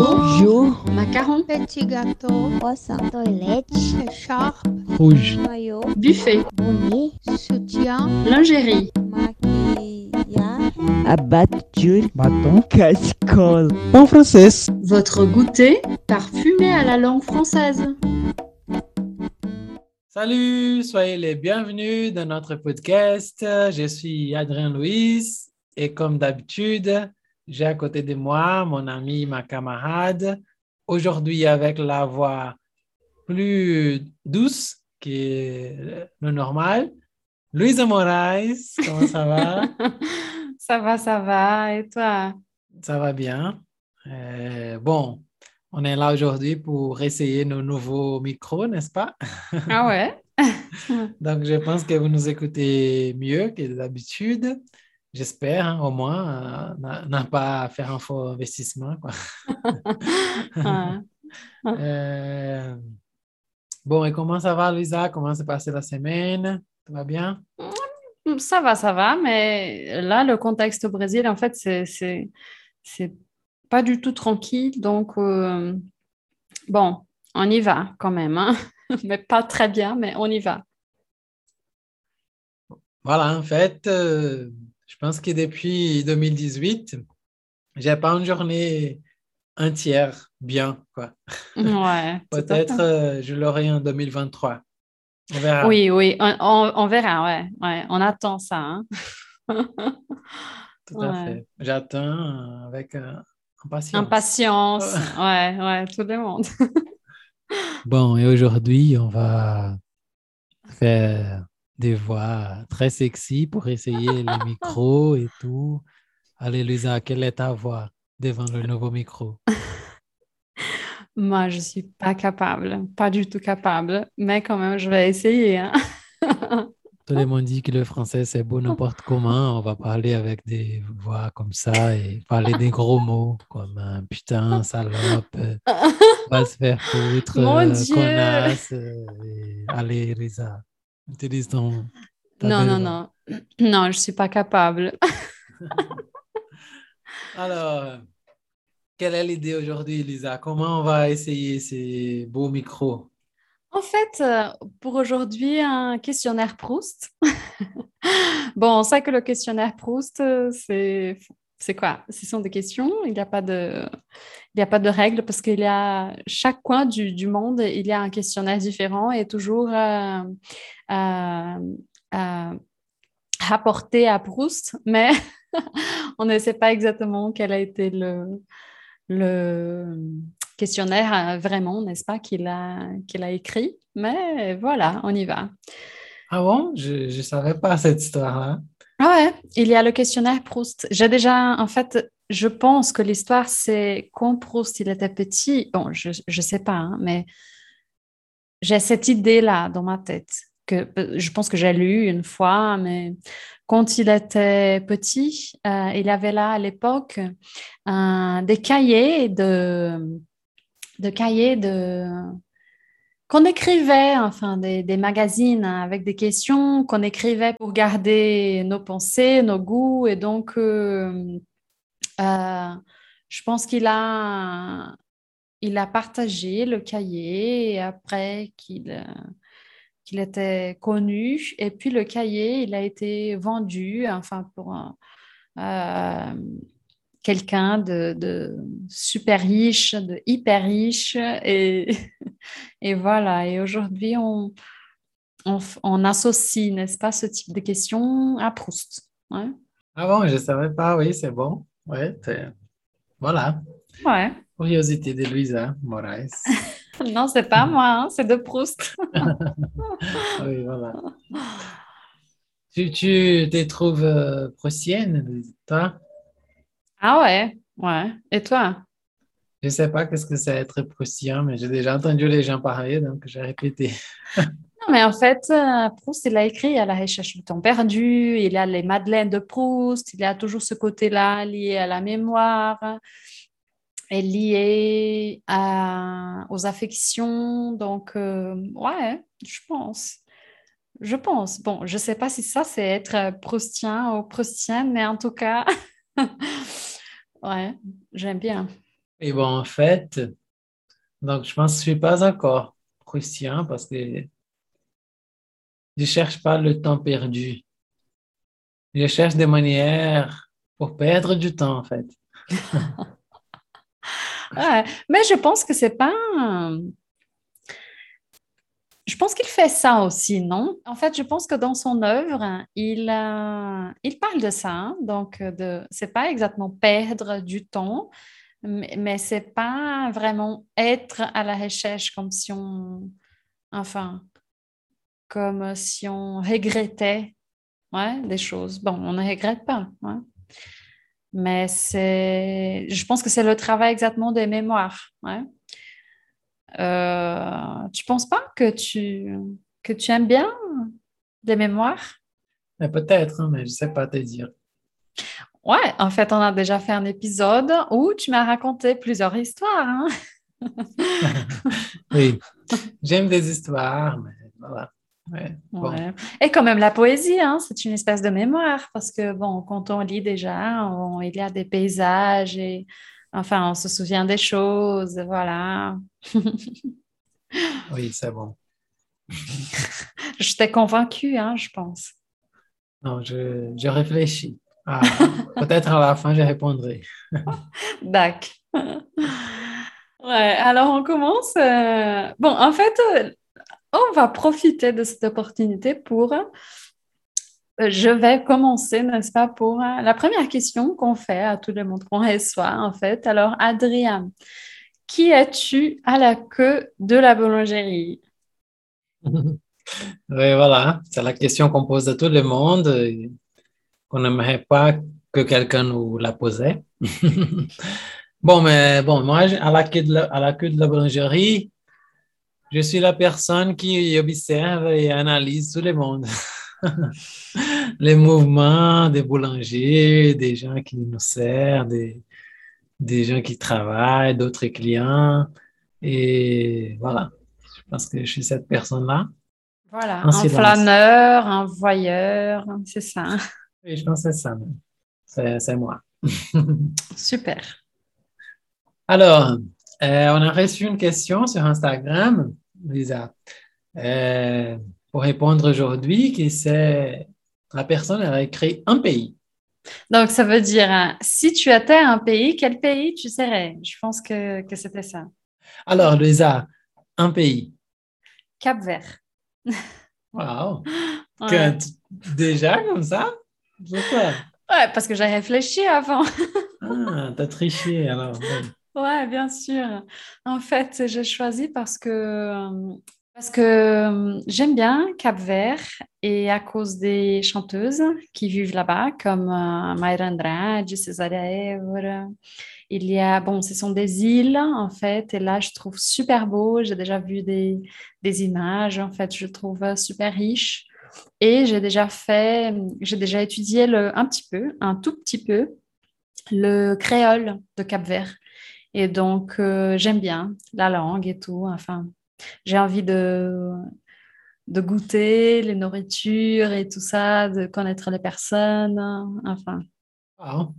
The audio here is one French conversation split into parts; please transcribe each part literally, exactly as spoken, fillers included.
Jour, macaron, petit gâteau, croissant, toilette, écharpe, rouge, maillot, buffet, bonnet, soutien, lingerie, maquillage, abattu, bâton, casserole. En français. votre goûter parfumé à la langue française. Salut, soyez les bienvenus dans notre podcast. Je suis Adrien Louis et comme d'habitude, j'ai à côté de moi mon ami, ma camarade, aujourd'hui avec la voix plus douce que le normal, Luisa Moraes. Comment ça va? Ça va, ça va. Et toi? Ça va bien. Euh, bon, on est là aujourd'hui pour essayer nos nouveaux micros, n'est-ce pas? Ah ouais? Donc, je pense que vous nous écoutez mieux que d'habitude. J'espère, hein, au moins, euh, n'a n'a pas à faire un faux investissement, quoi. Ah. Euh, bon, et comment ça va, Luisa? Comment s'est passée la semaine? Tout va bien? Ça va, ça va, mais là, le contexte au Brésil, en fait, c'est, c'est, c'est pas du tout tranquille. Donc, euh, bon, on y va quand même, hein. Mais pas très bien, mais on y va. Voilà, en fait, euh, je pense que depuis deux mille dix-huit, j'ai pas une journée entière bien, quoi. Ouais, tout à Peut-être fait. euh, je l'aurai en deux mille vingt-trois. On verra. Oui, oui, on, on- on verra, ouais, ouais, on attend ça, hein. Tout à Ouais. fait. J'attends euh, avec euh, impatience. Impatience, ouais, ouais, tout le monde. Bon, et aujourd'hui, on va faire des voix très sexy pour essayer les micros et tout. Allez, Lisa, quelle est ta voix devant le nouveau micro? Moi, je suis pas capable, pas du tout capable, mais quand même, je vais essayer, hein. Tout le monde dit que le français, c'est beau n'importe comment. On va parler avec des voix comme ça et parler des gros mots comme euh, putain, salope, euh, va se faire foutre, Mon euh, Dieu! connasse. euh, et... Allez, Lisa, utilise ton, ta Non, belle non, voix. non, non, je suis pas capable. Alors, quelle est l'idée aujourd'hui, Lisa? Comment on va essayer ces beaux micros? En fait, euh, pour aujourd'hui, un questionnaire Proust. Bon, on sait que le questionnaire Proust, euh, c'est c'est quoi? Ce sont des questions, il n'y a pas de, il y a pas de règles parce qu'il y a chaque coin du, du monde, il y a un questionnaire différent et toujours euh, euh, euh, rapporté à Proust, mais on ne sait pas exactement quel a été le, le questionnaire euh, vraiment, n'est-ce pas, qu'il a, qu'il a écrit. Mais voilà, on y va. Ah bon? Je ne savais pas cette histoire-là. Ah ouais, il y a le questionnaire Proust. J'ai déjà, en fait, je pense que l'histoire, c'est quand Proust, il était petit. Bon, je ne sais pas, hein, mais j'ai cette idée-là dans ma tête, que euh, je pense que j'ai lu une fois, mais quand il était petit, euh, il avait là à l'époque euh, des cahiers de, de cahiers de qu'on écrivait, enfin des, des magazines avec des questions qu'on écrivait pour garder nos pensées, nos goûts, et donc euh, euh, je pense qu'il a il a partagé le cahier après qu'il euh, qu'il était connu. Et puis le cahier, il a été vendu, enfin pour un, euh, quelqu'un de, de super riche, de hyper riche. Et, et voilà. Et aujourd'hui, on, on, on associe, n'est-ce pas, ce type de questions à Proust. Ouais. Ah bon, je ne savais pas, oui, c'est bon. Ouais, c'est- voilà. Ouais. Curiosité de Luisa Moraes. Non, c'est pas moi, hein, c'est de Proust. Oui, voilà. Tu, tu te trouves euh, prussienne, toi? Ah ouais, ouais. Et toi? Je ne sais pas qu'est-ce que c'est être prussien, mais j'ai déjà entendu les gens parler, donc j'ai répété. Non, mais en fait, euh, Proust, il a écrit, il y a La Recherche du temps perdu, il y a les Madeleines de Proust, il y a toujours ce côté-là lié à la mémoire et lié à- aux affections. Donc, euh, ouais, je pense. Je pense. Bon, je ne sais pas si ça, c'est être proustien ou proustienne, mais en tout cas, ouais, j'aime bien. Et bon, en fait, donc je pense que je ne suis pas encore croustillant parce que je ne cherche pas le temps perdu. Je cherche des manières pour perdre du temps, en fait. Ouais, mais je pense que c'est pas. un- Je pense qu'il fait ça aussi, non? En fait, je pense que dans son œuvre, il, euh, il parle de ça. Hein. Donc, euh, de, c'est pas exactement perdre du temps, mais, mais c'est pas vraiment être à la recherche comme si on, enfin, comme si on regrettait, ouais, des choses. Bon, on ne regrette pas, ouais. Mais c'est, je pense que c'est le travail exactement des mémoires, ouais. Euh, tu penses pas que tu, que tu aimes bien des mémoires? Mais peut-être, hein, mais je ne sais pas te dire. Ouais, en fait, on a déjà fait un épisode où tu m'as raconté plusieurs histoires, hein. Oui, j'aime des histoires, mais voilà. Ouais, bon, Ouais. Et quand même la poésie, hein, c'est une espèce de mémoire parce que bon, quand on lit déjà, on- il y a des paysages et enfin, on se souvient des choses, voilà. oui, c'est bon. Je t'ai convaincue, hein, je pense. Non, je, je réfléchis. Ah, peut-être à la fin, je répondrai. D'accord. Ouais, alors on commence. euh, Bon, en fait, euh, on va profiter de cette opportunité pour. euh, Je vais commencer, n'est-ce pas, pour euh, la première question qu'on fait à tout le monde qu'on reçoit, en fait. Alors, Adrien, qui es-tu à la queue de la boulangerie? Oui, voilà, c'est la question qu'on pose à tout le monde, et qu'on n'aimerait pas que quelqu'un nous la posait. Bon, mais bon, moi, à la queue de la, à la queue de la boulangerie, je suis la personne qui observe et analyse tout le monde. Les mouvements des boulangers, des gens qui nous servent, des, des gens qui travaillent, d'autres clients. Et voilà, je pense que je suis cette personne-là, Voilà, en un silence. flâneur, un voyeur, c'est ça. Et je pense que c'est ça, même. C'est, c'est moi. Super. Alors, euh, on a reçu une question sur Instagram, Lisa, euh, pour répondre aujourd'hui, qui c'est la personne elle a écrit un pays. Donc, ça veut dire, hein, si tu étais un pays, quel pays tu serais? Je pense que, que c'était ça. Alors, Lisa, un pays. Cap-Vert. Wow. Que Ouais. tu- déjà comme ça? Pourquoi? Ouais, parce que j'ai réfléchi avant. Ah, t'as triché alors. Oui. Ouais, bien sûr. En fait, j'ai choisi parce que, euh, parce que euh, j'aime bien Cap-Vert et à cause des chanteuses qui vivent là-bas, comme euh, Mayra Andrade, Cesária Évora. Il y a, bon, ce sont des îles, en fait, et là, je trouve super beau. J'ai déjà vu des, des images, en fait, je trouve euh, super riche. Et j'ai déjà fait, j'ai déjà étudié le, un petit peu, un tout petit peu, le créole de Cap-Vert. Et donc, euh, j'aime bien la langue et tout. Enfin, j'ai envie de, de goûter les nourritures et tout ça, de connaître les personnes. Enfin, Wow.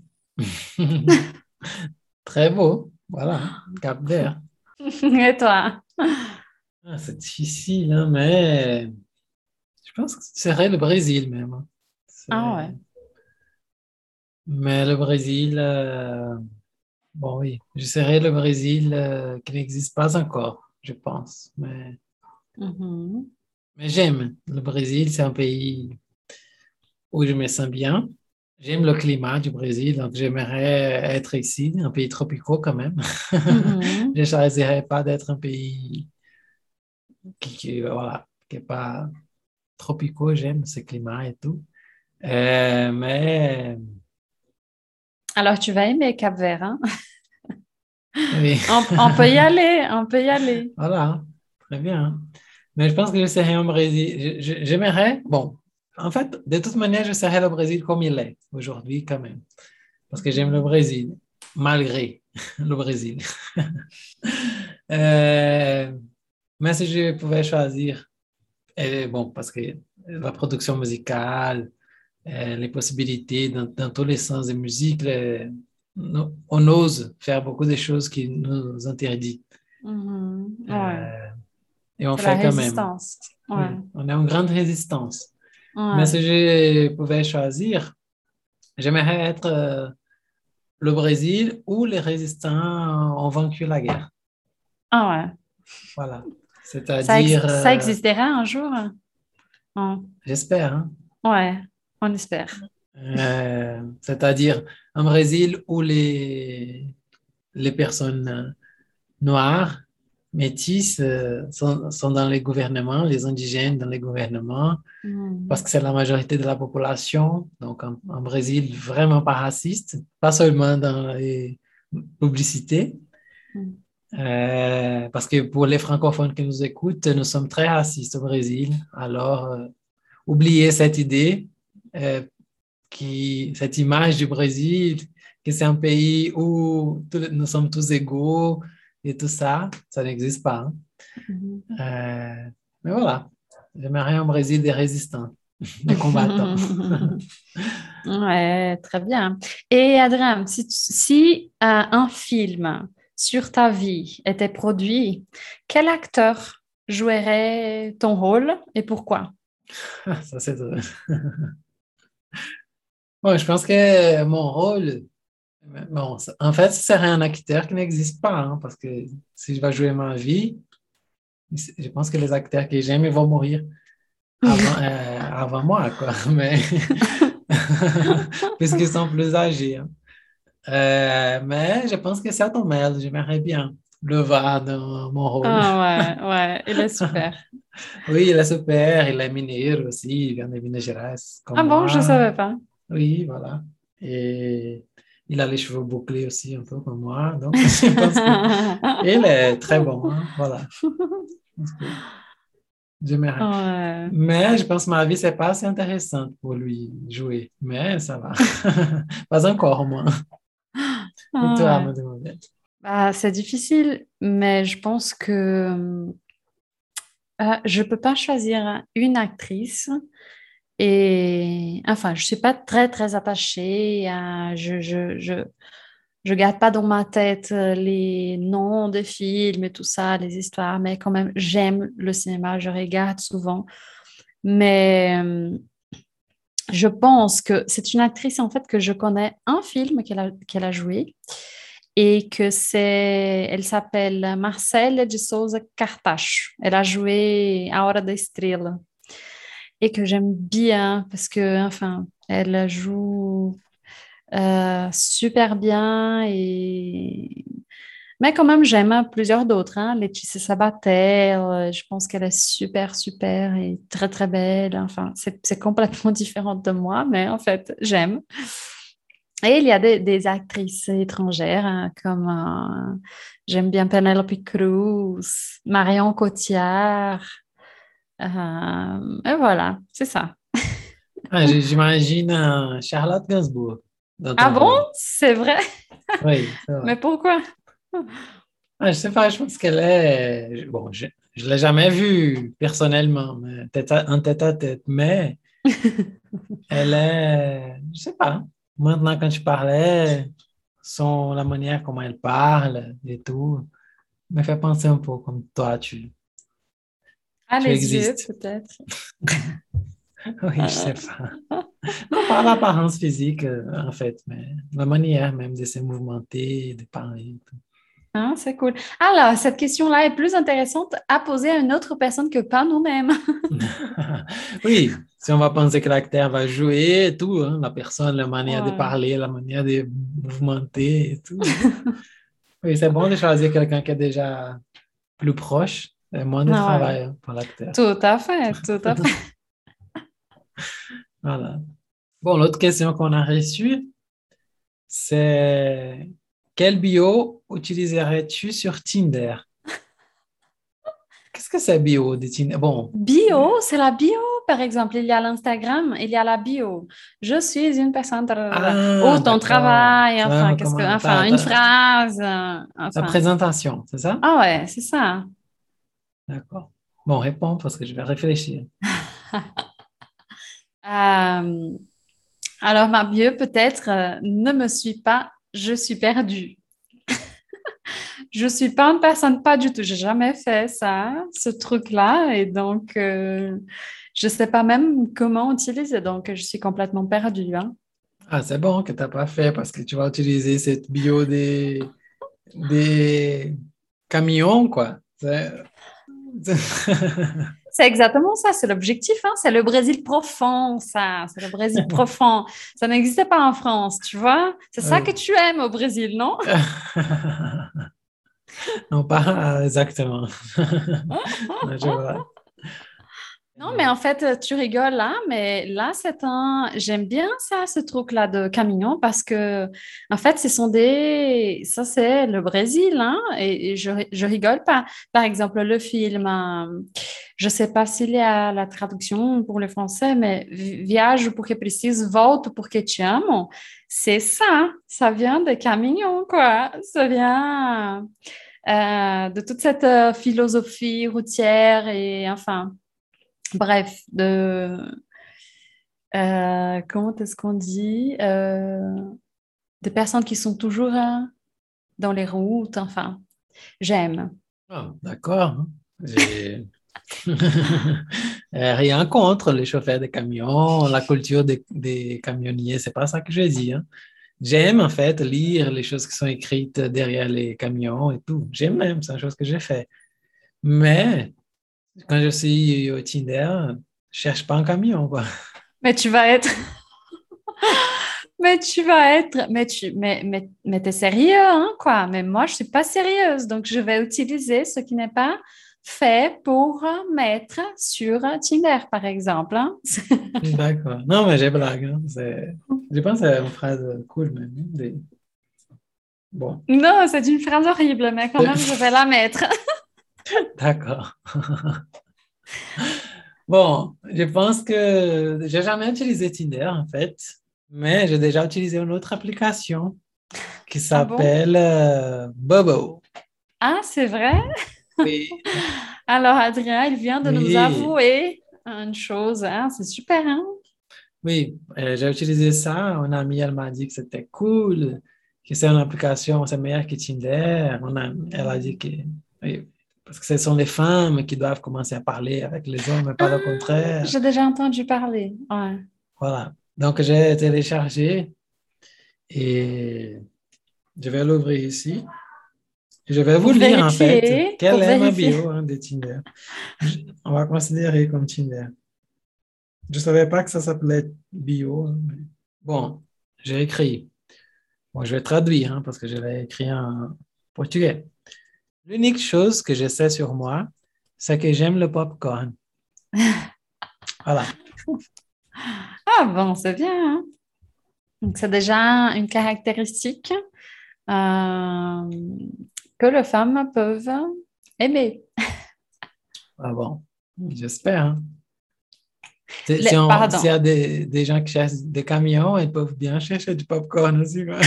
Très beau. Voilà. Cap-Vert. et toi? Ah, c'est difficile, hein, mais je pense que ce serait le Brésil même, hein. Ah C'est- ouais. Mais le Brésil, euh, bon oui, je serais le Brésil euh, qui n'existe pas encore, je pense. Mais, Mhm. mais j'aime. Le Brésil, c'est un pays où je me sens bien. J'aime le climat du Brésil, donc j'aimerais être ici, un pays tropical quand même. Je Mhm. ne choisirais pas d'être un pays qui, qui, voilà, qui n'est pas tropical, j'aime ce climat et tout. Euh, mais Alors, tu vas aimer Cap-Vert, hein? oui, On, on peut y aller, on peut y aller. voilà, très bien. Mais je pense que je serais au Brésil. Je- je- J'aimerais, bon, en fait, de toute manière, je serais le Brésil comme il est aujourd'hui quand même, parce que j'aime le Mhm. Brésil, malgré le Brésil. Euh, mais si je pouvais choisir, et bon, parce que la production musicale, euh, les possibilités dans, dans tous les sens de musique, le- nous- on ose faire beaucoup de choses qui nous interdisent. Mhm. Ouais. Euh, et on C'est la fait quand même. résistance. Oui, Ouais. on est en grande résistance. Mais Ouais. si je pouvais choisir, j'aimerais être euh, le Brésil où les résistants ont vaincu la guerre. Ah ouais. Voilà. Ça, ex- C'est-à-dire, ça euh, existera un jour? Hein? j'espère, hein, Ouais, on espère. euh, c'est-à-dire un Brésil où les, les personnes euh, noires, métisses, euh, sont, sont dans les gouvernements, les indigènes dans les gouvernements, parce Mhm. que c'est la majorité de la population. Donc, un, un Brésil vraiment pas raciste, pas seulement dans les publicités. Mhm. Euh, parce que pour les francophones qui nous écoutent, nous sommes très racistes au Brésil. Alors, euh, oubliez cette idée, euh, qui, cette image du Brésil, que c'est un pays où tous- nous sommes tous égaux et tout ça, ça n'existe pas, hein. Mhm. Euh, mais voilà, j'aimerais un Brésil des résistants, des combattants. Ouais, très bien. Et Adrien, si, tu- si euh, un film sur ta vie était produit, quel acteur jouerait ton rôle et pourquoi? Ça, c'est drôle. Bon, je pense que mon rôle, bon, en fait, ce serait un acteur qui n'existe pas, hein, parce que si je vais jouer ma vie, je pense que les acteurs que j'aime, ils vont mourir avant, euh, avant moi, quoi. Mais puisqu'ils sont plus âgés, hein. Euh, mais je pense que c'est Atomel, j'aimerais bien le voir dans mon rôle. Ah ouais, ouais, il est super. Oui, il est super, il est mineiro aussi, il vient de Minas Gerais, Ah comme bon, je ne moi. savais pas. Oui, voilà. Et il a les cheveux bouclés aussi, un peu comme moi. Donc, je pense que il est très bon, hein. Voilà. Je pense que j'aimerais. Ouais. Mais je pense que ma vie, c'est pas assez intéressante pour lui jouer. Mais ça va. Pas encore, au moins. Et toi, Ouais. mademoiselle? Bah, c'est difficile, mais je pense que euh, je ne peux pas choisir une actrice. Et enfin, je suis pas très, très attachée à, je, je, je, je garde pas dans ma tête euh, les noms des films et tout ça, les histoires, mais quand même, j'aime le cinéma, je regarde souvent. Mais euh, je pense que c'est une actrice, en fait, que je connais un film qu'elle a, qu'elle a joué et que c'est, elle s'appelle Marcela de Souza Cartacho. Elle a joué A Hora da Estrela et que j'aime bien parce que, enfin, elle joue euh, super bien et... Mais quand même, j'aime plusieurs d'autres, hein. Laetitia Sabater, euh, je pense qu'elle est super, super et très, très belle. Enfin, c'est c'est complètement différente de moi, mais en fait, j'aime. Et il y a des, des actrices étrangères, hein, comme euh, j'aime bien Penelope Cruz, Marion Cotillard. Euh, et voilà, c'est ça. Ah, j- j'imagine euh, Charlotte Gainsbourg dans Ah ton bon? rôle. C'est vrai? Oui, c'est vrai. Mais pourquoi? Ah, je sais pas, je pense qu'elle est. Bon, je ne l'ai jamais vue personnellement, mais tête à- en tête à tête, mais elle est. Je sais pas. Maintenant, quand tu parlais, son, la manière comment elle parle et tout, me fait penser un peu comme toi, tu, Ah, tu les yeux, existes. peut-être. Oui, je sais pas. Non, pas l'apparence physique, euh, en fait, mais la manière même de se mouvementer, de parler. Ah, c'est cool. Alors, cette question-là est plus intéressante à poser à une autre personne que pas nous-mêmes. Oui, si on va penser que l'acteur va jouer et tout, hein, la personne, la manière de Ouais. parler, la manière de mouvementer et tout, hein. Oui, c'est bon de choisir quelqu'un qui est déjà plus proche et moins de Ah ouais. travail, hein, pour l'acteur. Tout à fait, tout à fait. Voilà. Bon, l'autre question qu'on a reçue, c'est quel bio utiliserais-tu sur Tinder? Qu'est-ce que c'est bio de Tinder? Bon, Bio, c'est la bio, par exemple. Il y a l'Instagram, il y a la bio. Je suis une personne, ah, ou ton d'accord. travail, enfin, Ça, qu'est-ce que, comment, ta, enfin, une ta- phrase, euh, ta enfin. présentation, c'est ça? Ah ouais, c'est ça. D'accord. Bon, réponds parce que je vais réfléchir. Euh, alors, ma bio, peut-être, euh, ne me suis pas je suis perdue. Je suis pas une personne, pas du tout. J'ai jamais fait ça, ce truc-là, et donc euh, je sais pas même comment utiliser. Donc je suis complètement perdue, hein. Ah, c'est bon que tu n'as pas fait parce que tu vas utiliser cette bio des, des camions, quoi. C'est- C'est exactement ça, c'est l'objectif, hein. C'est le Brésil profond, ça. C'est le Brésil profond. Ça n'existait pas en France, tu vois. C'est ça que Oui. tu aimes au Brésil, non? Non, pas exactement. Non, je vois. Non, mais en fait, euh, tu rigoles là, mais là, c'est un... J'aime bien ça, ce truc-là de camion, parce que, en fait, ce sont des... Ça, c'est le Brésil, hein, et, et je, je rigole pas. Par exemple, le film, euh, je sais pas s'il y a la traduction pour le français, mais Vi- Viajo porque preciso, volto porque te amo. C'est ça, ça vient de camion, quoi. Ça vient euh, de toute cette euh, philosophie routière et, enfin... Bref, de euh, comment est-ce qu'on dit euh, des personnes qui sont toujours hein, dans les routes, enfin, j'aime. Ah, d'accord, hein. J'ai Euh, rien contre les chauffeurs de camions, la culture des, des camionniers, c'est pas ça que je dis, hein. J'aime en fait lire les choses qui sont écrites derrière les camions et tout. J'aime même, c'est une chose que j'ai fait. Mais quand je suis au Tinder, je cherche pas un camion, quoi. Mais tu vas être, mais tu vas être, mais tu, mais, mais, mais t'es sérieux, hein, quoi. Mais moi, je suis pas sérieuse, donc je vais utiliser ce qui n'est pas fait pour mettre sur Tinder, par exemple, hein. D'accord. Non, mais j'ai blague, hein. C'est- Je pense que c'est une phrase cool, même. Des- Bon, Non, c'est une phrase horrible, mais quand même, je vais la mettre. d'accord. Bon, je pense que j'ai jamais utilisé Tinder, en fait, mais j'ai déjà utilisé une autre application qui Ah bon? s'appelle euh, Bubble. Ah, c'est vrai? Oui, Alors, Adrien, il vient de nous oui, avouer une chose, hein, c'est super, hein? oui. Euh, j'ai utilisé ça. Une amie, elle m'a dit que c'était cool, que c'est une application, c'est meilleur que Tinder. On a- elle a dit que, oui, parce que ce sont les femmes qui doivent commencer à parler avec les hommes et pas le Ah, contraire. j'ai déjà entendu parler. Ouais. Voilà. Donc, j'ai téléchargé et je vais l'ouvrir ici. Je vais vous Pour lire en fait vérifier, quelle pour est ma vérifier. bio hein, de Tinder. Je- on va considérer comme Tinder. Je ne savais pas que ça s'appelait bio, hein, mais- Bon, j'ai écrit. Bon, je vais traduire hein, parce que je l'ai écrit en portugais. L'unique chose que je sais sur moi, c'est que j'aime le popcorn. Voilà. Ah bon, c'est bien, hein? Donc, c'est déjà une caractéristique euh, que les femmes peuvent aimer. Ah bon, j'espère. Hein. Si, si Les- on- s'il y pardon. a des, des gens qui cherchent des camions, ils peuvent bien chercher du popcorn aussi, quoi.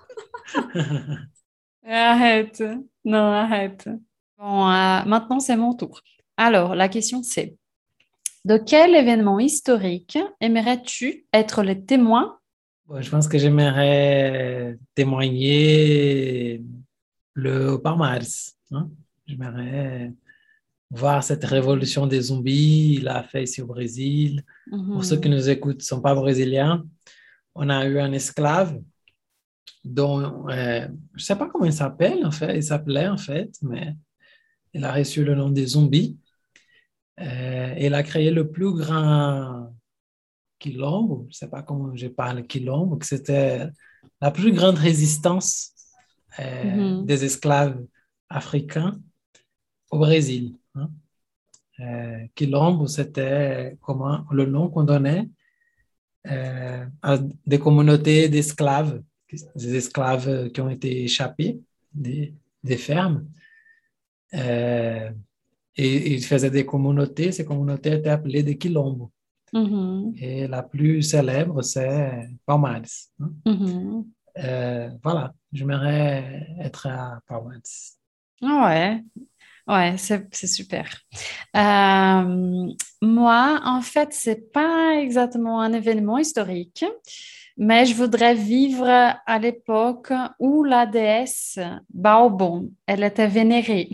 Arrête. Non, arrête. Bon, euh, maintenant, c'est mon tour. Alors, la question c'est, de quel événement historique aimerais-tu être le témoin? Bon, je pense que j'aimerais témoigner le palmarès. Hein. J'aimerais voir cette révolution des zombies. Il a fait ici au Brésil. Pour ceux qui Mhm. nous écoutent, ne sont pas brésiliens. On a eu un esclave dont euh, je ne sais pas comment il s'appelle en fait. Il s'appelait en fait, mais il a reçu le nom des zombies. Euh, il a créé le plus grand quilombo, je ne sais pas comment je parle quilombo, que c'était la plus grande résistance euh, Mhm. des esclaves africains au Brésil. Hein. Euh, quilombo, c'était comment le nom qu'on donnait euh, à des communautés d'esclaves, des esclaves qui ont été échappés des, des fermes. Euh, et ils faisaient des communautés, ces communautés étaient appelées des quilombos. Mhm. Et la plus célèbre, c'est Palmares. Hein. Mhm. Euh, voilà, j'aimerais être à Palmares. Ouais, ouais, c'est c'est super. Euh, moi, en fait, c'est pas exactement un événement historique, mais je voudrais vivre à l'époque où la déesse Baobon, elle était vénérée.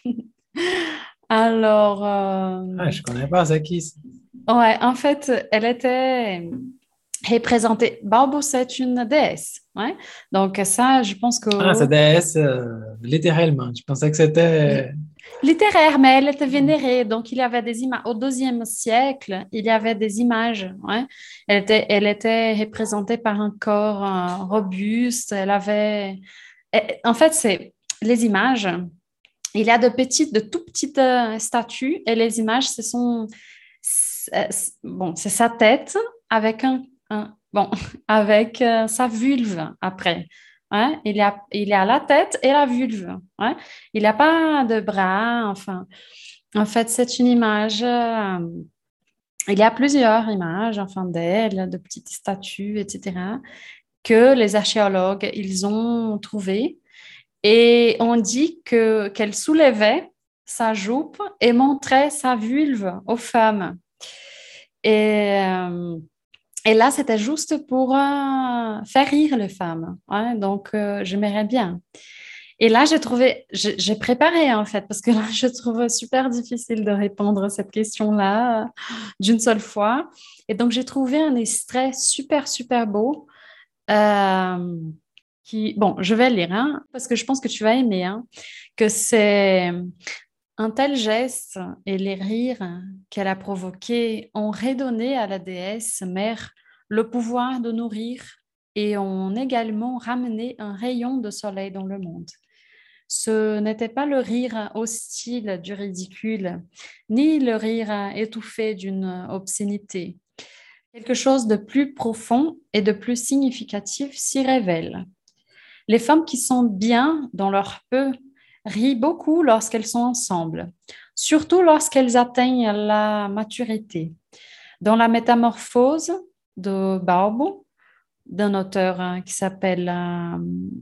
Alors, euh, Ah, je connais pas, c'est qui? Ça? ouais, en fait, elle était représentée. Baobon, c'est une déesse. Ouais. Donc, ça, je pense que Ah, c'est déesse, euh, littéralement. Je pensais que c'était... littéraire, mais elle était vénérée. Donc, il y avait des images. Au deuxième siècle, il y avait des images. Ouais. Elle était, elle était représentée par un corps euh, robuste. Elle avait. Et- en fait, c'est les images. Il y a de petites, de tout petites euh, statues et les images, ce sont. c'est- c'est- Bon, c'est sa tête avec un. un- bon, avec euh, sa vulve après. Ouais. Il y a, il y a la tête et la vulve. Ouais. Il n'y a pas de bras, enfin. En fait, c'est une image. euh, il y a plusieurs images, enfin, d'elle, de petites statues, et cetera, que les archéologues, ils ont trouvées. Et on dit que qu'elle soulevait sa jupe et montrait sa vulve aux femmes. Et, euh, et là, c'était juste pour euh, faire rire les femmes. Ouais. Donc, euh, j'aimerais bien. Et là, j'ai trouvé, j'ai j'ai préparé en fait, parce que là, je trouve super difficile de répondre à cette question-là euh, d'une seule fois. Et donc, j'ai trouvé un extrait super, super beau euh, qui, bon, je vais le lire, hein, parce que je pense que tu vas aimer, hein, que c'est un tel geste et les rires qu'elle a provoqués ont redonné à la déesse mère le pouvoir de nourrir et ont également ramené un rayon de soleil dans le monde. Ce n'était pas le rire hostile du ridicule, ni le rire étouffé d'une obscénité. Quelque chose de plus profond et de plus significatif s'y révèle. Les femmes qui sont bien dans leur peu rient beaucoup lorsqu'elles sont ensemble, surtout lorsqu'elles atteignent la maturité. Dans la métamorphose de Baobo, d'un auteur hein, qui s'appelle euh,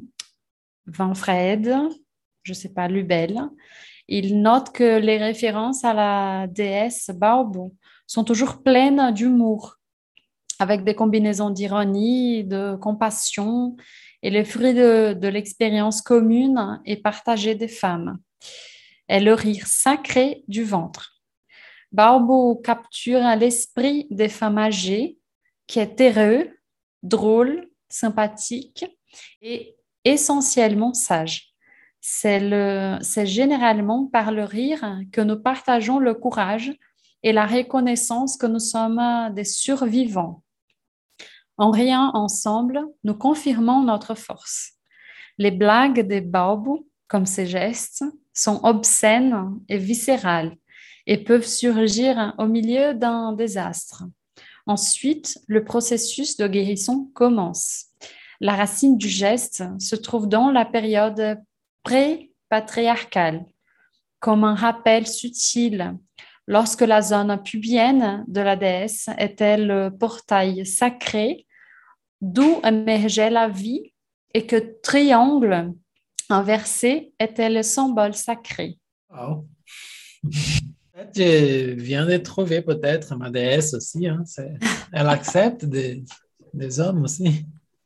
Winfried, je ne sais pas, Lubel, il note que les références à la déesse Baobo sont toujours pleines d'humour, avec des combinaisons d'ironie, de compassion et le fruit de, de l'expérience commune et partagée des femmes. Et le rire sacré du ventre. Baobo capture l'esprit des femmes âgées qui est heureux, drôle, sympathique et essentiellement sage. C'est le, c'est généralement par le rire que nous partageons le courage et la reconnaissance que nous sommes des survivants. En riant ensemble, nous confirmons notre force. Les blagues des Baobou, comme ces gestes, sont obscènes et viscérales et peuvent surgir au milieu d'un désastre. Ensuite, le processus de guérison commence. La racine du geste se trouve dans la période pré-patriarcale, comme un rappel subtil, lorsque la zone pubienne de la déesse était le portail sacré d'où émergeait la vie et que triangle inversé était le symbole sacré. Wow. Peut-être je viens de trouver peut-être ma déesse aussi. Hein. C'est- Elle accepte des, des hommes aussi.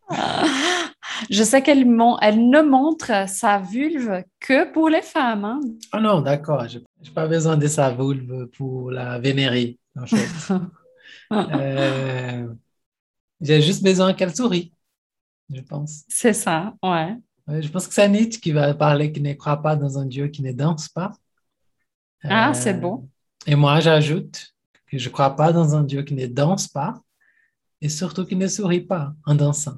Je sais qu'elle mon- elle ne montre sa vulve que pour les femmes. Hein. Ah non, d'accord. Je n'ai pas besoin de sa vulve pour la vénérer, en fait. Euh, j'ai juste besoin qu'elle sourie, je pense. C'est ça, ouais. Ouais, je pense que c'est Nietzsche qui va parler qui ne croit pas dans un Dieu qui ne danse pas. Ah, c'est Euh, beau. et moi, j'ajoute que je ne crois pas dans un Dieu qui ne danse pas et surtout qui ne sourit pas en dansant.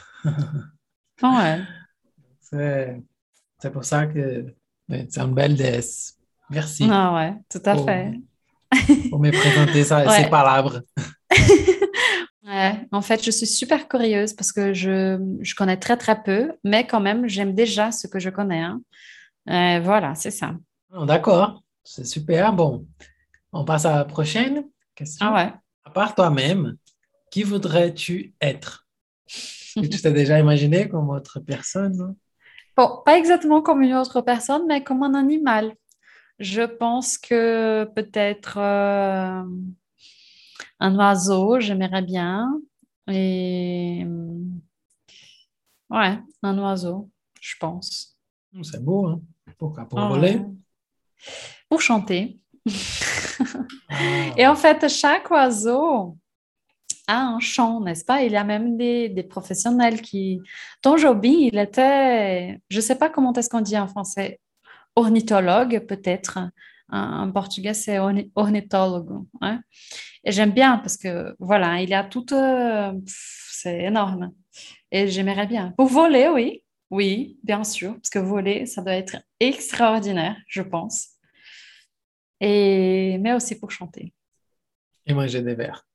Ouais. C'est, c'est pour ça que ben, c'est une belle déesse. Merci Ah ouais, tout à pour, fait. pour me présenter ça, ces Ouais. palabres. Ouais, en fait, je suis super curieuse parce que je, je connais très très peu, mais quand même, j'aime déjà ce que je connais. Hein. Euh, voilà, c'est ça. Oh, d'accord, c'est super. Bon, on passe à la prochaine question. Ah ouais. À part toi-même, qui voudrais-tu être? Est-ce que tu t'es déjà imaginé comme autre personne? Non? Bon, pas exactement comme une autre personne, mais comme un animal. Je pense que peut-être euh, un oiseau, j'aimerais bien. Et hum, ouais, un oiseau, je pense. C'est beau, hein? Pourquoi? Pour Ah voler? ouais. Pour chanter. Ah, Et en fait, chaque oiseau a un chant, n'est-ce pas? Il y a même des, des professionnels qui... Tom Jobim, il était, je ne sais pas comment est-ce qu'on dit en français, ornithologue peut-être. En en portugais, c'est orni- ornitólogo, hein. Et j'aime bien parce que, voilà, il y a tout... euh, pff, c'est énorme. Et j'aimerais bien. Pour voler, oui. Oui, bien sûr. Parce que voler, ça doit être extraordinaire, je pense. Et... Mais aussi pour chanter. et manger des vers.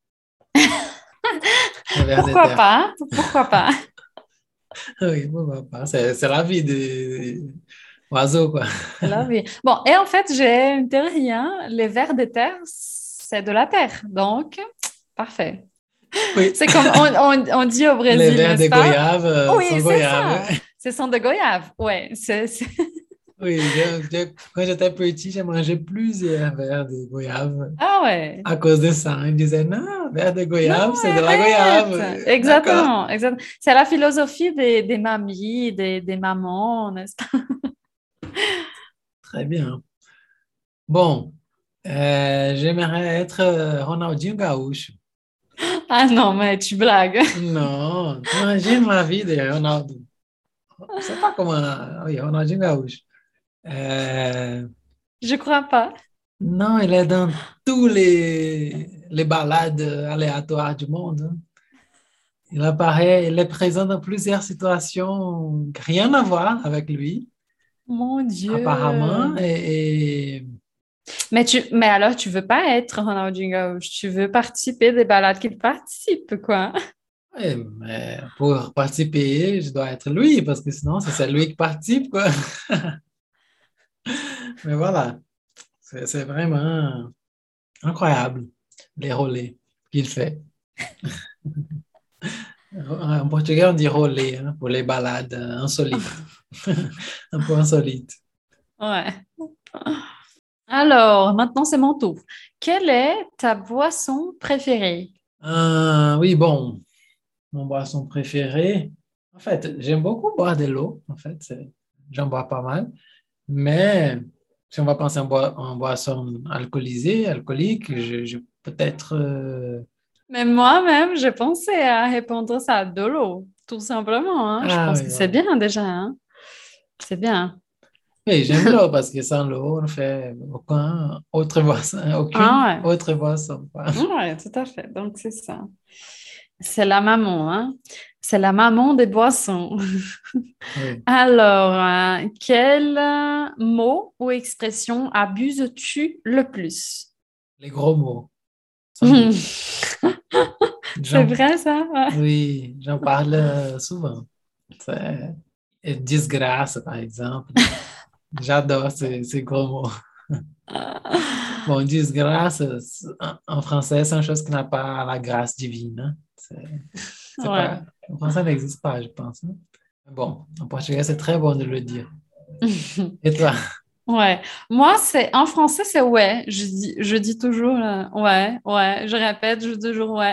Des vers de Pourquoi terre. pas? Pourquoi pas? Oui, pourquoi pas? C'est c'est la vie des oiseaux, quoi. C'est la vie. Bon, et en fait, j'ai une théorie, hein. Les vers de terre, c'est de la terre. Donc, parfait. Oui, C'est comme on, on- on dit au les Brésil, vers n'est-ce des pas? goyaves euh, Oui, sont c'est goyaves. ça. Ce sont des goyaves. Ouais, c'est, c'est- Oui, je- je- quand j'étais petit, j'ai mangé plusieurs vers de goyave Ah ouais. à cause de ça. Ils me disaient, non, vers de Non, goyave, c'est de la goyave. arrête. D'accord, Exactement, exactement. C'est la philosophie des, des mamies, des, des mamans, n'est-ce pas? très bien. Bon, euh, j'aimerais être euh, Ronaldinho Gaúcho. Ah non, mais tu blagues. Non, imagine la vie de Ronaldo. Je sais pas comment. Oui, Ronaldinho Gaúcho. Euh, Je crois pas. non, il est dans tous les, les balades aléatoires du monde, hein. Il apparaît, il est présent dans plusieurs situations, rien à voir avec lui, Mon Dieu. apparemment. Et, et- Mais, tu, mais alors, tu veux pas être Ronaldinho Gaúcho, tu veux participer des balades qu'il participe, quoi. ouais, mais pour participer, je dois être lui, parce que sinon, c'est c'est lui qui participe, quoi. Mais voilà, c'est c'est vraiment incroyable, les relais qu'il fait. En portugais, on dit relais, hein, pour les balades euh, insolites, un peu insolites. Ouais. Alors, maintenant, c'est mon tour. Quelle est ta boisson préférée? Euh, oui, bon, mon boisson préférée. En fait, j'aime beaucoup boire de l'eau. En fait, c'est- j'en bois pas mal. Mais si on va penser en, boi- en boisson alcoolisée, alcoolique, je, je- peut-être. euh, Mais moi-même, j'ai pensé à répondre ça, de l'eau, tout simplement, hein. Je Ah pense oui, que c'est voilà. bien déjà, hein. C'est bien. Oui, j'aime l'eau parce que sans l'eau, on ne fait aucun autre boisson, aucune Ah autre boisson, quoi. ouais, ouais, tout à fait. Donc, c'est ça. C'est la maman, hein. C'est la maman des boissons. Oui, Alors, euh, quel euh, mot ou expression abuses-tu le plus? les gros mots, sans doute. C'est J'en- vrai, ça? Ouais. oui, j'en parle euh, souvent. C'est et disgrâce, par exemple. J'adore ces, ces gros mots. Bon, disgrâce, c'est- en en français, c'est une chose qui n'a pas la grâce divine, hein. C'est, c'est Ouais. pas, en français, ça n'existe pas, je pense, hein. Bon, en portugais, c'est très bon de le dire. Et toi? Ouais. Moi, c'est en français, c'est ouais. Je dis, je dis toujours euh, ouais, ouais. Je répète, je dis toujours ouais.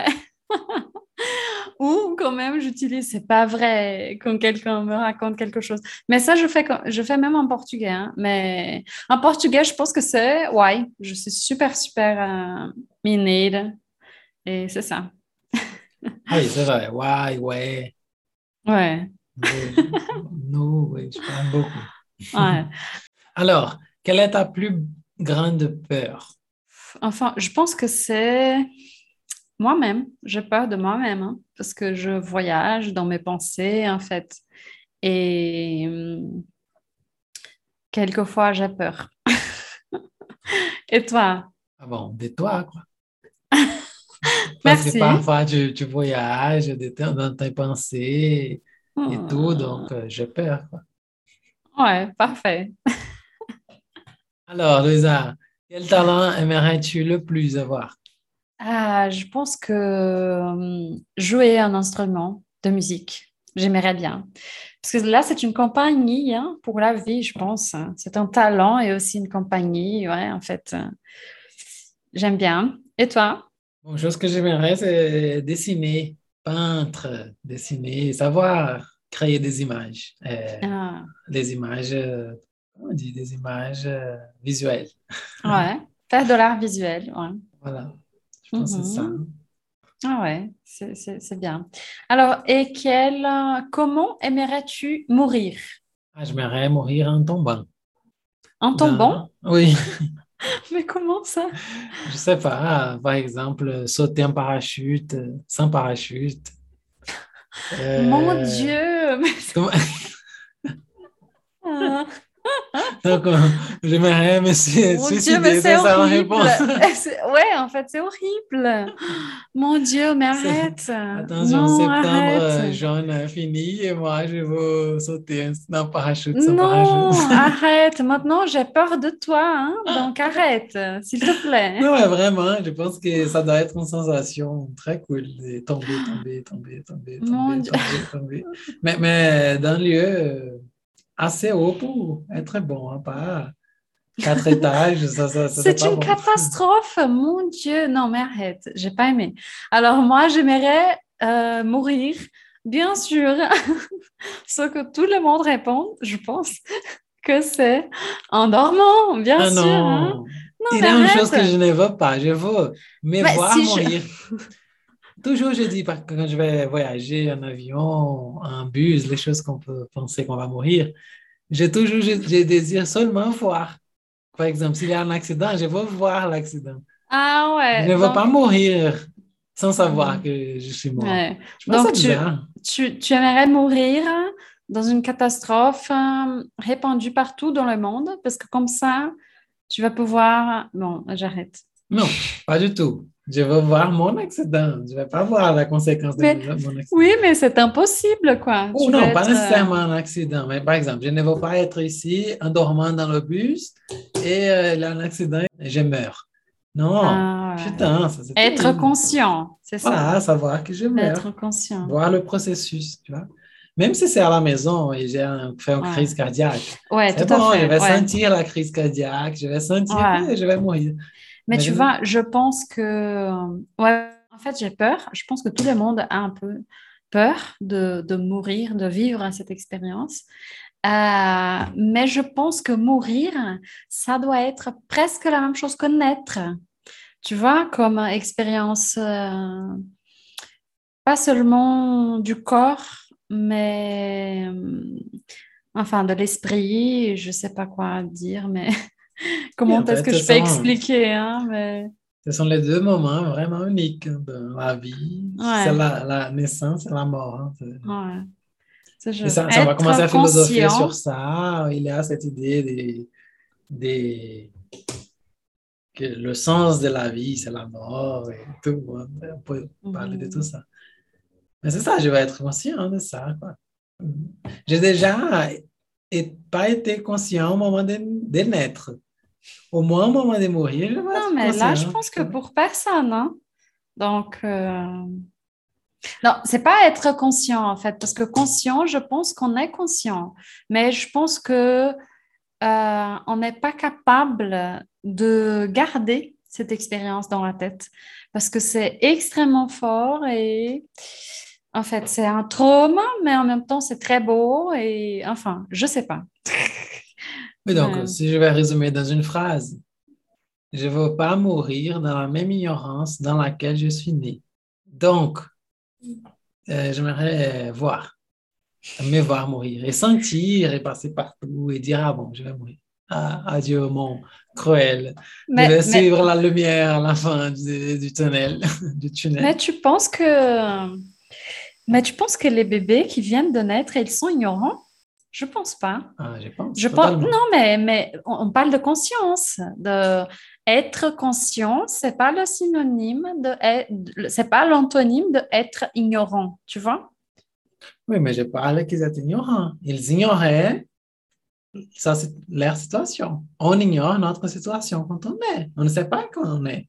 Ou quand même, j'utilise, c'est pas vrai quand quelqu'un me raconte quelque chose. Mais ça, je fais, quand- je fais même en portugais, hein. Mais en portugais, je pense que c'est ouais. Je suis super, super euh, mineira. Et c'est ça. Ah oui, c'est vrai. Ouais, ouais. Ouais. Oui, nous, oui, je parle beaucoup. Ouais. Alors, quelle est ta plus grande peur? Enfin, je pense que c'est moi-même. J'ai peur de moi-même, hein, parce que je voyage dans mes pensées, en fait. Et hum, quelquefois, j'ai peur. Et toi? Ah bon, de toi, quoi. Parce que Merci. parfois, tu, tu voyages de tes- dans tes pensées et tout, Hmm. donc euh, j'ai peur, quoi. Ouais, parfait. Alors, Louisa, quel talent aimerais-tu le plus avoir? Ah, je pense que hum, jouer un instrument de musique, j'aimerais bien. Parce que là, c'est une compagnie, hein, pour la vie, je pense, hein. C'est un talent et aussi une compagnie. Ouais, en fait, euh, j'aime bien. Et toi? Bon, chose que j'aimerais, c'est dessiner, Peintre, dessiner, savoir créer des images. Euh, Ah, des images, euh, comment on dit, des images euh, visuelles. ouais, faire de l'art visuel, ouais. Voilà, je pense que c'est ça. Mhm. Ah ouais, c'est c'est- c'est bien. Alors, et quel, euh, comment aimerais-tu mourir? Ah, j'aimerais mourir en tombant. En tombant? Dans- Oui, Mais comment ça? je sais pas, par exemple, sauter en parachute, euh, sans parachute. Mon Euh, Dieu! Mais comment- ça- Donc, euh, j'aimerais me sui- Mon Dieu, mais suicider, c'est c'est ça la horrible. réponse. C'est- Ouais, en fait, c'est horrible. Mon Dieu, mais C'est- arrête. Attention, Non, septembre arrête. euh, jaune a fini et moi, je veux sauter en parachute, sans parachute. Non, arrête. Maintenant, j'ai peur de toi, hein. Donc, arrête, s'il te plaît. Non, mais vraiment, je pense que ça doit être une sensation très cool de tomber, tomber, tomber, tomber, Mon tomber, Dieu. tomber, tomber. Mais, mais dans un lieu euh, assez haut pour être bon, hein, pas quatre étages, ça, ça, ça, c'est C'est pas une bon. catastrophe, mon Dieu. Non, mais arrête, j'ai pas aimé. Alors moi, j'aimerais euh, mourir, bien sûr. Ce que tout le monde répond, je pense que c'est en dormant, bien Ah sûr. Hein. non, Non, il y mais a une arrête. chose que je ne veux pas, je veux me Mais voir si je... mourir. Toujours, je dis, parce que quand je vais voyager en avion, en bus, les choses qu'on peut penser qu'on va mourir, j'ai toujours, je, je désire seulement voir. Par exemple, s'il y a un accident, je veux voir l'accident. Ah Je ouais, ne veux donc... pas mourir sans savoir Mhm. que je suis mort. Ouais. Je pense que Donc c'est tu, bizarre. tu, tu aimerais mourir dans une catastrophe euh, répandue partout dans le monde, parce que comme ça, tu vas pouvoir... Bon, j'arrête. Non, pas du tout. Je veux voir mon accident. Je ne vais pas voir la conséquence de Mais mon mon accident. oui, mais c'est impossible, quoi. Ou Tu vas non, pas être... euh, nécessairement un accident, mais par exemple, je ne veux pas être ici en dormant dans le bus et euh, il y a un accident et je meurs. Non, ah, ouais. putain, ça c'est Être terrible. conscient, c'est ça. Voilà, savoir que je meurs, Être conscient. voir le processus, tu vois. Même si c'est à la maison et j'ai un- fait une Ouais. crise cardiaque, Ouais, c'est tout à bon, fait. je vais ouais. sentir la crise cardiaque, je vais sentir Ouais. que je vais mourir. Mais Mais tu je- vois, je pense que... Ouais, en fait, j'ai peur. Je pense que tout le monde a un peu peur de, de mourir, de vivre cette expérience. Euh, mais je pense que mourir, ça doit être presque la même chose que naître. Tu vois, comme expérience, euh, pas seulement du corps, mais euh, enfin de l'esprit, je sais pas quoi dire, mais Et comment en est-ce fait, que ce je peux sont, expliquer, hein, mais ce sont les deux moments vraiment uniques dans la vie. C'est ouais, la, la naissance et la mort. Hein. C'est- ouais, c'est Et juste ça, ça, on va commencer être à philosopher sur conscient. ça. Il y a cette idée des, des- que le sens de la vie, c'est la mort et tout. Hein. On peut parler de tout Mhm. ça. Mais c'est ça, je vais être conscient de ça. Quoi. J'ai déjà et pas été conscient au moment de, de naître. Au moins au moment de mourir, je vais Non, être mais là, je conscient. pense que pour personne, hein. Donc, euh, non, c'est pas être conscient en fait, parce que conscient, je pense qu'on est conscient, mais je pense que euh, on n'est pas capable de garder cette expérience dans la tête, parce que c'est extrêmement fort et en fait, c'est un trauma, mais en même temps, c'est très beau et enfin, je sais pas. Mais donc, Mais- si je vais résumer dans une phrase, je ne veux pas mourir dans la même ignorance dans laquelle je suis né. Donc, euh, j'aimerais voir, me voir mourir et sentir et passer partout et dire, ah bon, je vais mourir. Ah, adieu, mon cruel. Je mais, vais mais, suivre la lumière à la fin du, du tunnel. du tunnel. mais tu penses que, mais tu penses que les bébés qui viennent de naître, ils sont ignorants? Je pense pas. Ah, je pense, Je pense, totalement. non, mais, mais on on parle de conscience, de être conscient, c'est pas le synonyme de, être- c'est pas l'antonyme de être ignorant, tu vois? Oui, mais je parle qu'ils étaient ignorants. Ils ignoraient ça, c'est leur situation. On ignore notre situation quand on est. On ne sait pas quand on est.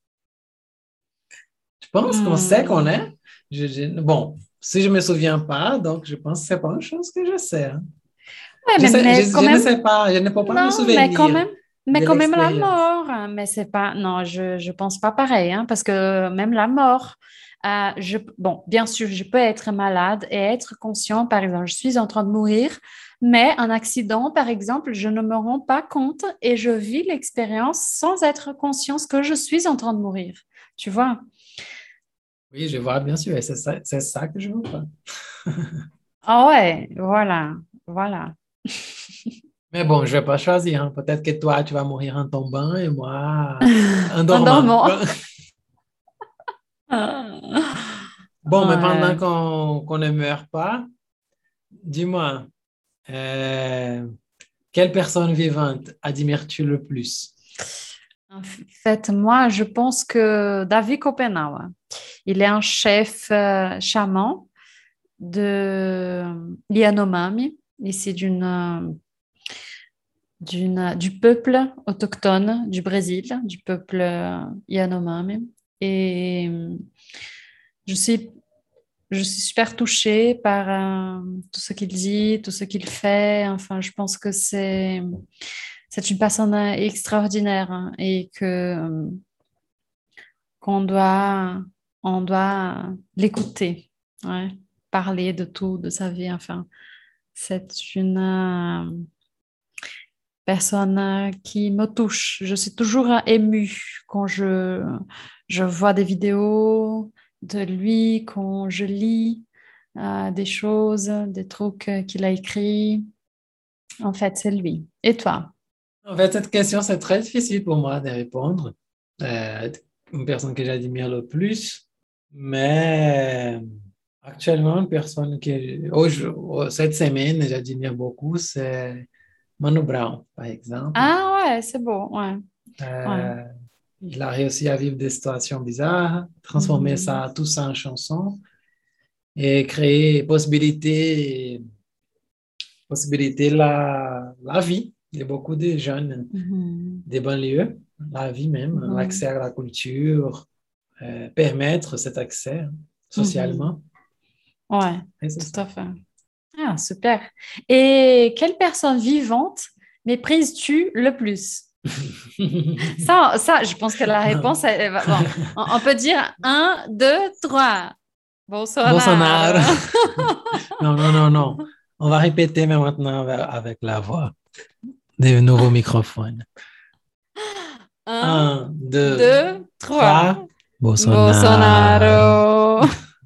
Je pense qu'on sait qu'on Hmm. est. Je- je- bon, si je ne me souviens pas, donc je pense que ce n'est pas une chose que je sais. Hein. Ouais, Je, mais, sais- mais je- quand je ne même, sais pas, je ne peux pas me non, souvenir mais quand même, mais de quand même la l'expérience. mort, hein, mais c'est pas, non, je je pense pas pareil, hein, parce que même la mort, Euh, je, bon, bien sûr, je peux être malade et être conscient, par exemple, je suis en train de mourir, mais un accident, par exemple, je ne me rends pas compte et je vis l'expérience sans être conscience que je suis en train de mourir. Tu vois? Oui, je vois, bien sûr, et c'est ça, c'est ça que je veux pas. Ah ouais, voilà, voilà. Mais bon, je vais pas choisir, hein. Peut-être que toi, tu vas mourir en tombant et moi en En dormant. dormant. Bon, mais pendant Ouais. qu'on qu'on ne meurt pas, dis-moi, euh, quelle personne vivante admires-tu le plus? En fait, moi, je pense que David Copenhague, il est un chef euh, chaman de Yanomami, ici d'une, euh, d'une, du peuple autochtone du Brésil, du peuple euh, Yanomami. Et euh, je suis, je suis super touchée par euh, tout ce qu'il dit, tout ce qu'il fait. Enfin, je pense que c'est, c'est une personne euh, extraordinaire, hein, et que, euh, qu'on doit, on doit l'écouter, ouais, parler de tout, de sa vie. Enfin, c'est une euh, personne euh, qui me touche. Je suis toujours euh, émue quand je, je vois des vidéos de lui, quand je lis euh, des choses, des trucs euh, qu'il a écrits. En fait, c'est lui. Et toi? En fait, cette question, c'est très difficile pour moi de répondre. Euh, une personne que j'admire le plus, mais actuellement, une personne que au- cette semaine, j'admire beaucoup, c'est Mano Brown, par exemple. Ah ouais, c'est beau, ouais, ouais. Euh, il a réussi à vivre des situations bizarres, transformer Mhm. ça, tout ça en chanson et créer possibilité, possibilité la, la vie de beaucoup de jeunes Mhm. des banlieues, la vie même, Mhm. l'accès à la culture, euh, permettre cet accès Mhm. socialement. Ouais, Et c'est tout ça. à fait. Ah, super. Et quelle personne vivante méprises-tu le plus? Ça, ça, je pense que la réponse, elle va- bon, on, on peut dire un, deux, trois. Bolsonaro. Bolsonaro. Non, non, non, non. On va répéter, mais maintenant avec avec la voix des nouveaux microphones. Un, Un, deux, deux, trois. trois. Bolsonaro. Bolsonaro.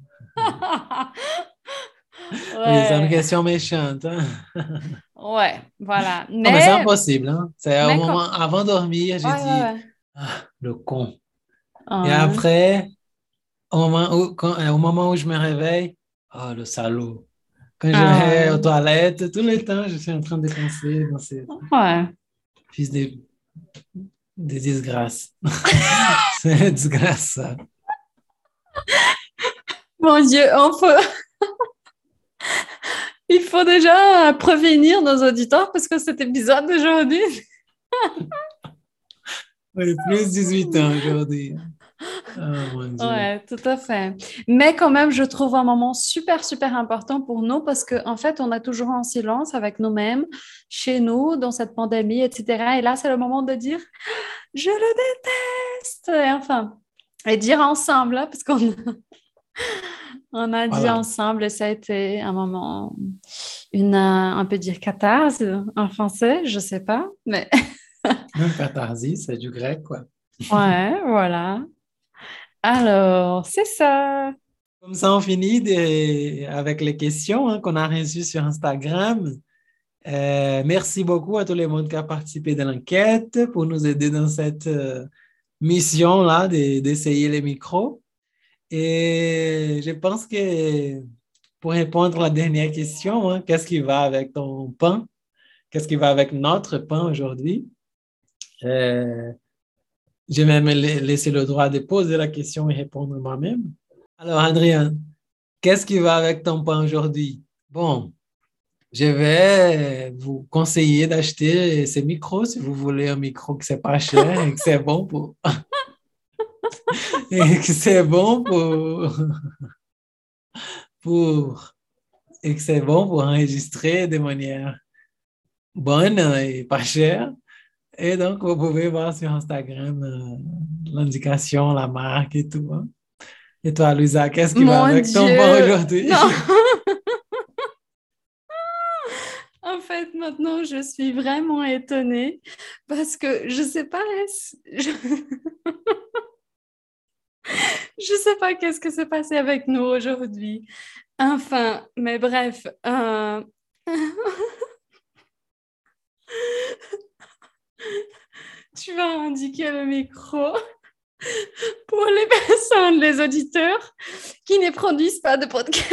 Oui, c'est une Ouais, question méchante, hein. ouais, voilà. Non, mais c'est Mais, impossible, hein. C'est au mais moment, quand... avant de dormir, j'ai Ouais, ouais, dit, ouais. ah, le con. Et Ouais. après, au moment où, quand- euh, au moment où je me réveille, oh, le salaud. Quand je Ah vais aux ouais. toilettes, tout le temps, je suis en train de penser dans ces Ouais. fils de, de disgrâce. C'est une disgrâce, ça. Mon Dieu, on peut... il faut déjà prévenir nos auditeurs parce que cet épisode d'aujourd'hui. Oui, plus dix-huit ans aujourd'hui. Oh mon Dieu. Ouais, tout à fait. Mais quand même, je trouve un moment super, super important pour nous parce qu'en en fait, on est toujours en silence avec nous-mêmes, chez nous, dans cette pandémie, et cetera. Et là, c'est le moment de dire, je le déteste. Et enfin, et dire ensemble, hein, parce qu'on on a dit Voilà. ensemble, et ça a été un moment, une, euh, on peut dire catharsis en français, je sais pas, mais Même catharsis, c'est du grec, quoi. ouais, voilà. Alors, c'est ça. Comme ça, on finit de- avec les questions hein, qu'on a reçues sur Instagram. Euh, merci beaucoup à tout le monde qui a participé de l'enquête pour nous aider dans cette euh, mission-là de- d'essayer les micros. Et je pense que pour répondre à la dernière question, hein, qu'est-ce qui va avec ton pain? Qu'est-ce qui va avec notre pain aujourd'hui? Euh, je vais même la- laisser le droit de poser la question et répondre moi-même. Alors, Adrien, qu'est-ce qui va avec ton pain aujourd'hui? Bon, je vais vous conseiller d'acheter ces micros si vous voulez un micro que c'est pas cher et que c'est bon pour, et que c'est bon pour, pour, et que c'est bon pour enregistrer de manière bonne et pas chère. Et donc, vous pouvez voir sur Instagram euh, l'indication, la marque et tout, hein. Et toi, Louisa, qu'est-ce qui va Mon avec ton Dieu. pain aujourd'hui? Non. En fait, maintenant, je suis vraiment étonnée parce que je sais pas, je, je sais pas qu'est-ce que s'est passé avec nous aujourd'hui. Enfin, mais bref, euh, tu vas indiquer le micro pour les personnes, les auditeurs qui ne produisent pas de podcast.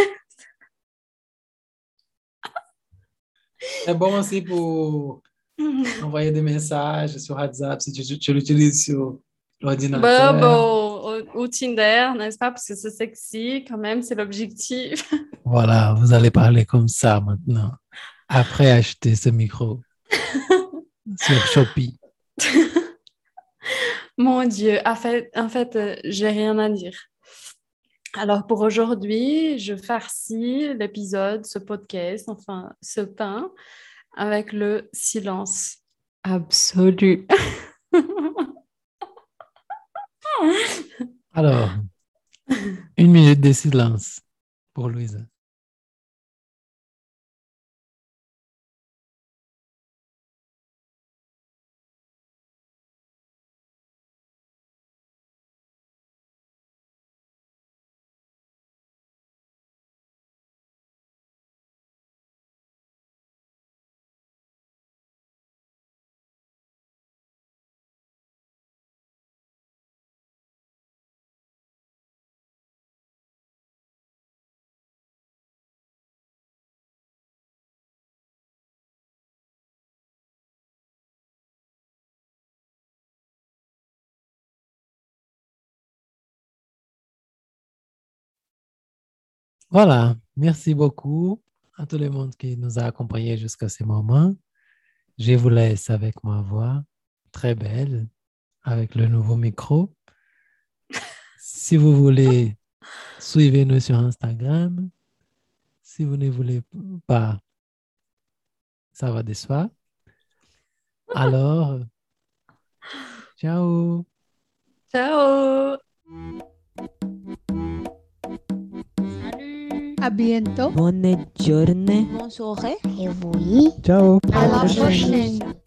C'est bon aussi pour envoyer des messages sur WhatsApp si tu, tu l'utilises sur l'ordinateur. Bon, bon, au, au Tinder, n'est-ce pas? Parce que c'est sexy, quand même, c'est l'objectif. Voilà, vous allez parler comme ça maintenant. Après acheter ce micro sur Shopee. Mon Dieu, en fait, en fait, euh, j'ai rien à dire. Alors pour aujourd'hui, je farcis l'épisode, ce podcast, enfin ce pain, avec le silence absolu. Alors, une minute de silence pour Louisa. Voilà, merci beaucoup à tout le monde qui nous a accompagnés jusqu'à ce moment. Je vous laisse avec ma voix très belle, avec le nouveau micro. Si vous voulez, suivez-nous sur Instagram. Si vous ne voulez pas, ça va de soi. Alors, ciao! Ciao! Salut. À bientôt. Bonne journée. Bonne soirée. Et oui. Ciao. À la prochaine. prochaine.